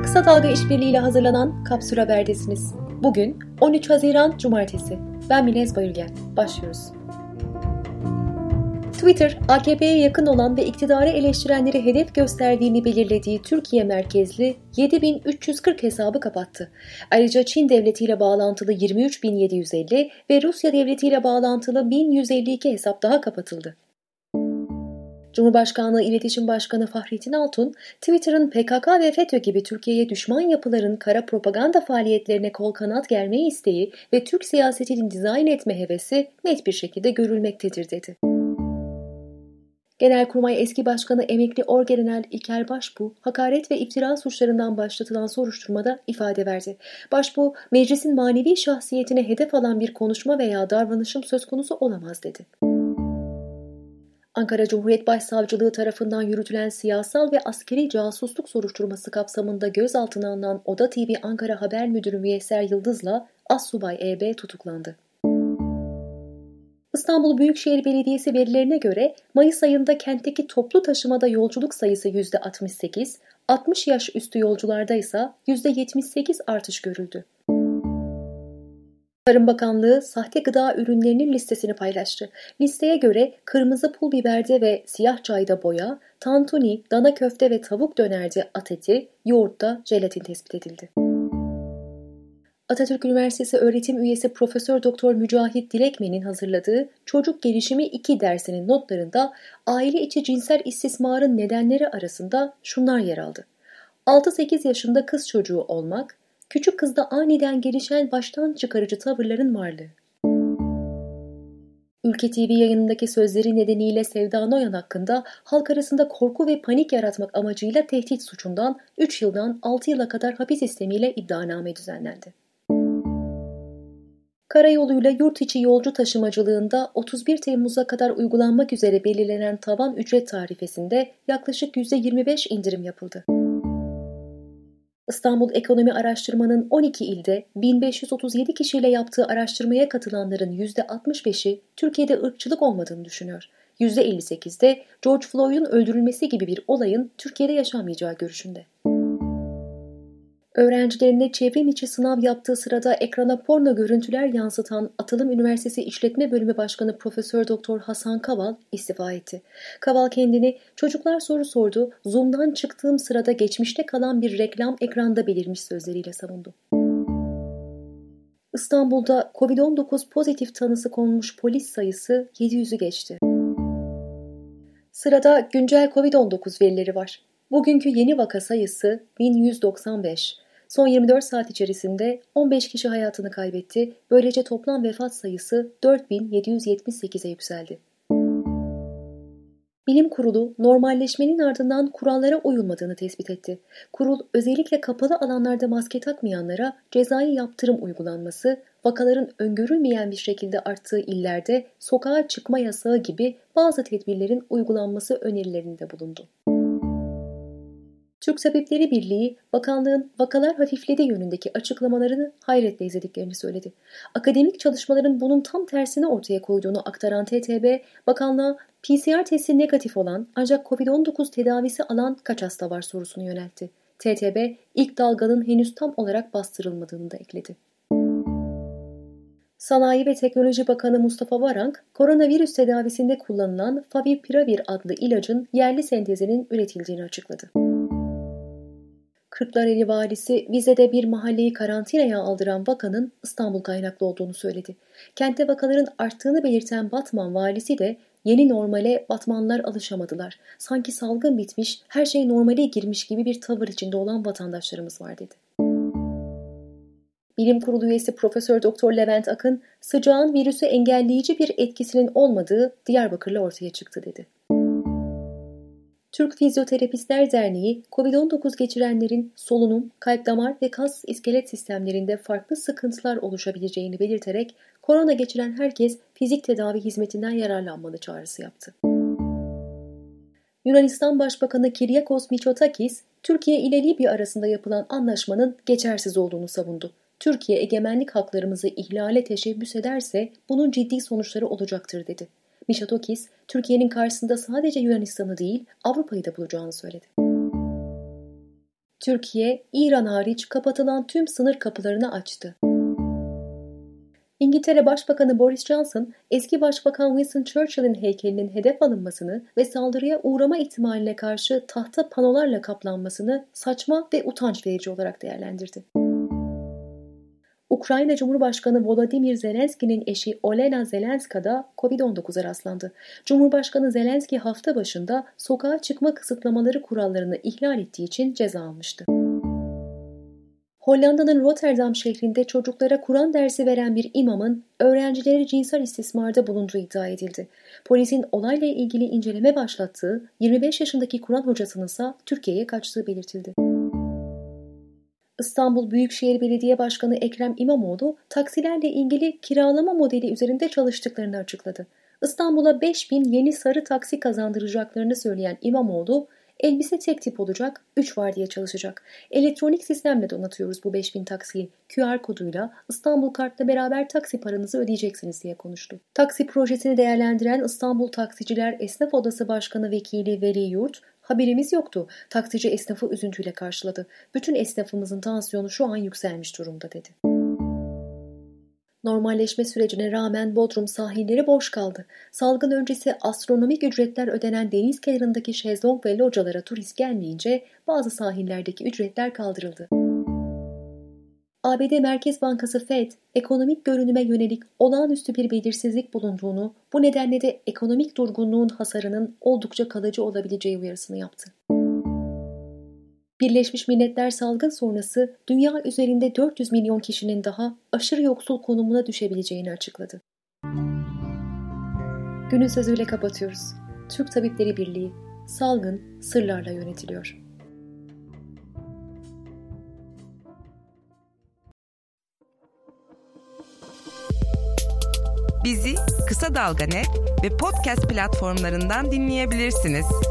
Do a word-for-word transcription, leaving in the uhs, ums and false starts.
Kısa Dalga işbirliğiyle hazırlanan Kapsül Haber'desiniz. Bugün on üç Haziran Cumartesi. Ben Minez Bayülgen. Başlıyoruz. Twitter, A K P'ye yakın olan ve iktidarı eleştirenleri hedef gösterdiğini belirlediği Türkiye merkezli yedi bin üç yüz kırk hesabı kapattı. Ayrıca Çin devletiyle bağlantılı yirmi üç bin yedi yüz elli ve Rusya devletiyle bağlantılı bin yüz elli iki hesap daha kapatıldı. Cumhurbaşkanlığı İletişim Başkanı Fahrettin Altun, Twitter'ın P K K ve FETÖ gibi Türkiye'ye düşman yapıların kara propaganda faaliyetlerine kol kanat germe isteği ve Türk siyasetini dizayn etme hevesi net bir şekilde görülmektedir dedi. Genelkurmay eski başkanı emekli Orgeneral İlker Başbuğ, hakaret ve iftira suçlarından başlatılan soruşturmada ifade verdi. Başbuğ, meclisin manevi şahsiyetine hedef alan bir konuşma veya davranışım söz konusu olamaz dedi. Ankara Cumhuriyet Başsavcılığı tarafından yürütülen siyasal ve askeri casusluk soruşturması kapsamında gözaltına alınan Oda T V Ankara Haber Müdürü Müyesser Yıldız'la Assubay E B tutuklandı. İstanbul Büyükşehir Belediyesi verilerine göre Mayıs ayında kentteki toplu taşımada yolculuk sayısı yüzde altmış sekiz, altmış yaş üstü yolcularda ise yüzde yetmiş sekiz artış görüldü. Tarım Bakanlığı sahte gıda ürünlerinin listesini paylaştı. Listeye göre kırmızı pul biberde ve siyah çayda boya, tantuni, dana köfte ve tavuk dönerde at eti, yoğurtta jelatin tespit edildi. Atatürk Üniversitesi öğretim üyesi Profesör Doktor Mücahit Dilekmen'in hazırladığı Çocuk Gelişimi iki dersinin notlarında aile içi cinsel istismarın nedenleri arasında şunlar yer aldı. altı sekiz yaşında kız çocuğu olmak, küçük kızda aniden gelişen baştan çıkarıcı tavırların varlığı. Ülke T V yayınındaki sözleri nedeniyle Sevda Noyan hakkında halk arasında korku ve panik yaratmak amacıyla tehdit suçundan üç yıldan altı yıla kadar hapis istemiyle iddianame düzenlendi. Karayoluyla yurt içi yolcu taşımacılığında otuz bir Temmuz'a kadar uygulanmak üzere belirlenen tavan ücret tarifesinde yaklaşık yüzde yirmi beş indirim yapıldı. İstanbul Ekonomi Araştırma'nın on iki ilde bin beş yüz otuz yedi kişiyle yaptığı araştırmaya katılanların yüzde altmış beşi Türkiye'de ırkçılık olmadığını düşünüyor. yüzde elli sekizde George Floyd'un öldürülmesi gibi bir olayın Türkiye'de yaşanmayacağı görüşünde. Öğrencilerine çevrim içi sınav yaptığı sırada ekrana porno görüntüler yansıtan Atılım Üniversitesi İşletme Bölümü Başkanı Profesör Doktor Hasan Kaval istifa etti. Kaval kendini "Çocuklar soru sordu, Zoom'dan çıktığım sırada geçmişte kalan bir reklam ekranda belirmiş" sözleriyle savundu. İstanbul'da kovid on dokuz pozitif tanısı konmuş polis sayısı yedi yüzü geçti. Sırada güncel kovid on dokuz verileri var. Bugünkü yeni vaka sayısı bin yüz doksan beş. Son yirmi dört saat içerisinde on beş kişi hayatını kaybetti. Böylece toplam vefat sayısı dört bin yedi yüz yetmiş sekize yükseldi. Bilim Kurulu normalleşmenin ardından kurallara uyulmadığını tespit etti. Kurul özellikle kapalı alanlarda maske takmayanlara cezai yaptırım uygulanması, vakaların öngörülmeyen bir şekilde arttığı illerde sokağa çıkma yasağı gibi bazı tedbirlerin uygulanması önerilerinde bulundu. Türk Tabipleri Birliği, bakanlığın vakalar hafifledi yönündeki açıklamalarını hayretle izlediklerini söyledi. Akademik çalışmaların bunun tam tersini ortaya koyduğunu aktaran T T B, bakanlığa P C R testi negatif olan ancak kovid on dokuz tedavisi alan kaç hasta var sorusunu yöneltti. T T B, ilk dalganın henüz tam olarak bastırılmadığını da ekledi. Sanayi ve Teknoloji Bakanı Mustafa Varank, koronavirüs tedavisinde kullanılan Favipiravir adlı ilacın yerli sentezinin üretildiğini açıkladı. Kırklareli valisi Vize'de bir mahalleyi karantinaya aldıran vakanın İstanbul kaynaklı olduğunu söyledi. Kentte vakaların arttığını belirten Batman valisi de yeni normale Batmanlılar alışamadılar. Sanki salgın bitmiş, her şey normale girmiş gibi bir tavır içinde olan vatandaşlarımız var dedi. Bilim Kurulu üyesi Profesör Doktor Levent Akın, sıcağın virüsü engelleyici bir etkisinin olmadığı Diyarbakır'la ortaya çıktı dedi. Türk Fizyoterapistler Derneği, kovid on dokuz geçirenlerin solunum, kalp damar ve kas iskelet sistemlerinde farklı sıkıntılar oluşabileceğini belirterek korona geçiren herkes fizik tedavi hizmetinden yararlanmalı çağrısı yaptı. Yunanistan Başbakanı Kyriakos Mitsotakis, Türkiye ile Libya arasında yapılan anlaşmanın geçersiz olduğunu savundu. Türkiye egemenlik haklarımızı ihlale teşebbüs ederse bunun ciddi sonuçları olacaktır dedi. Mitsotakis, Türkiye'nin karşısında sadece Yunanistan'ı değil, Avrupa'yı da bulacağını söyledi. Türkiye, İran hariç kapatılan tüm sınır kapılarını açtı. İngiltere Başbakanı Boris Johnson, eski Başbakan Winston Churchill'in heykelinin hedef alınmasını ve saldırıya uğrama ihtimaline karşı tahta panolarla kaplanmasını saçma ve utanç verici olarak değerlendirdi. Ukrayna Cumhurbaşkanı Volodymyr Zelenski'nin eşi Olena Zelenska da kovid on dokuza rastlandı. Cumhurbaşkanı Zelenski hafta başında sokağa çıkma kısıtlamaları kurallarını ihlal ettiği için ceza almıştı. Hollanda'nın Rotterdam şehrinde çocuklara Kur'an dersi veren bir imamın öğrencileri cinsel istismarda bulunduğu iddia edildi. Polisin olayla ilgili inceleme başlattığı yirmi beş yaşındaki Kur'an hocasının ise Türkiye'ye kaçtığı belirtildi. İstanbul Büyükşehir Belediye Başkanı Ekrem İmamoğlu, taksilerle ilgili kiralama modeli üzerinde çalıştıklarını açıkladı. İstanbul'a beş bin yeni sarı taksi kazandıracaklarını söyleyen İmamoğlu, elbise tek tip olacak, üç vardiya çalışacak. Elektronik sistemle donatıyoruz bu beş bin taksiyi. Q R koduyla İstanbul Kart'la beraber taksi paranızı ödeyeceksiniz diye konuştu. Taksi projesini değerlendiren İstanbul Taksiciler Esnaf Odası Başkanı Vekili Veli Yurt, haberimiz yoktu. Taksici esnafı üzüntüyle karşıladı. Bütün esnafımızın tansiyonu şu an yükselmiş durumda dedi. Normalleşme sürecine rağmen Bodrum sahilleri boş kaldı. Salgın öncesi astronomik ücretler ödenen deniz kenarındaki şezlong ve localara turist gelmeyince bazı sahillerdeki ücretler kaldırıldı. A B D Merkez Bankası Fed, ekonomik görünüme yönelik olağanüstü bir belirsizlik bulunduğunu, bu nedenle de ekonomik durgunluğun hasarının oldukça kalıcı olabileceği uyarısını yaptı. Birleşmiş Milletler salgın sonrası dünya üzerinde dört yüz milyon kişinin daha aşırı yoksul konumuna düşebileceğini açıkladı. Günün sözüyle kapatıyoruz. Türk Tabipleri Birliği, salgın sırlarla yönetiliyor. Bizi Kısa Dalga Net ve podcast platformlarından dinleyebilirsiniz.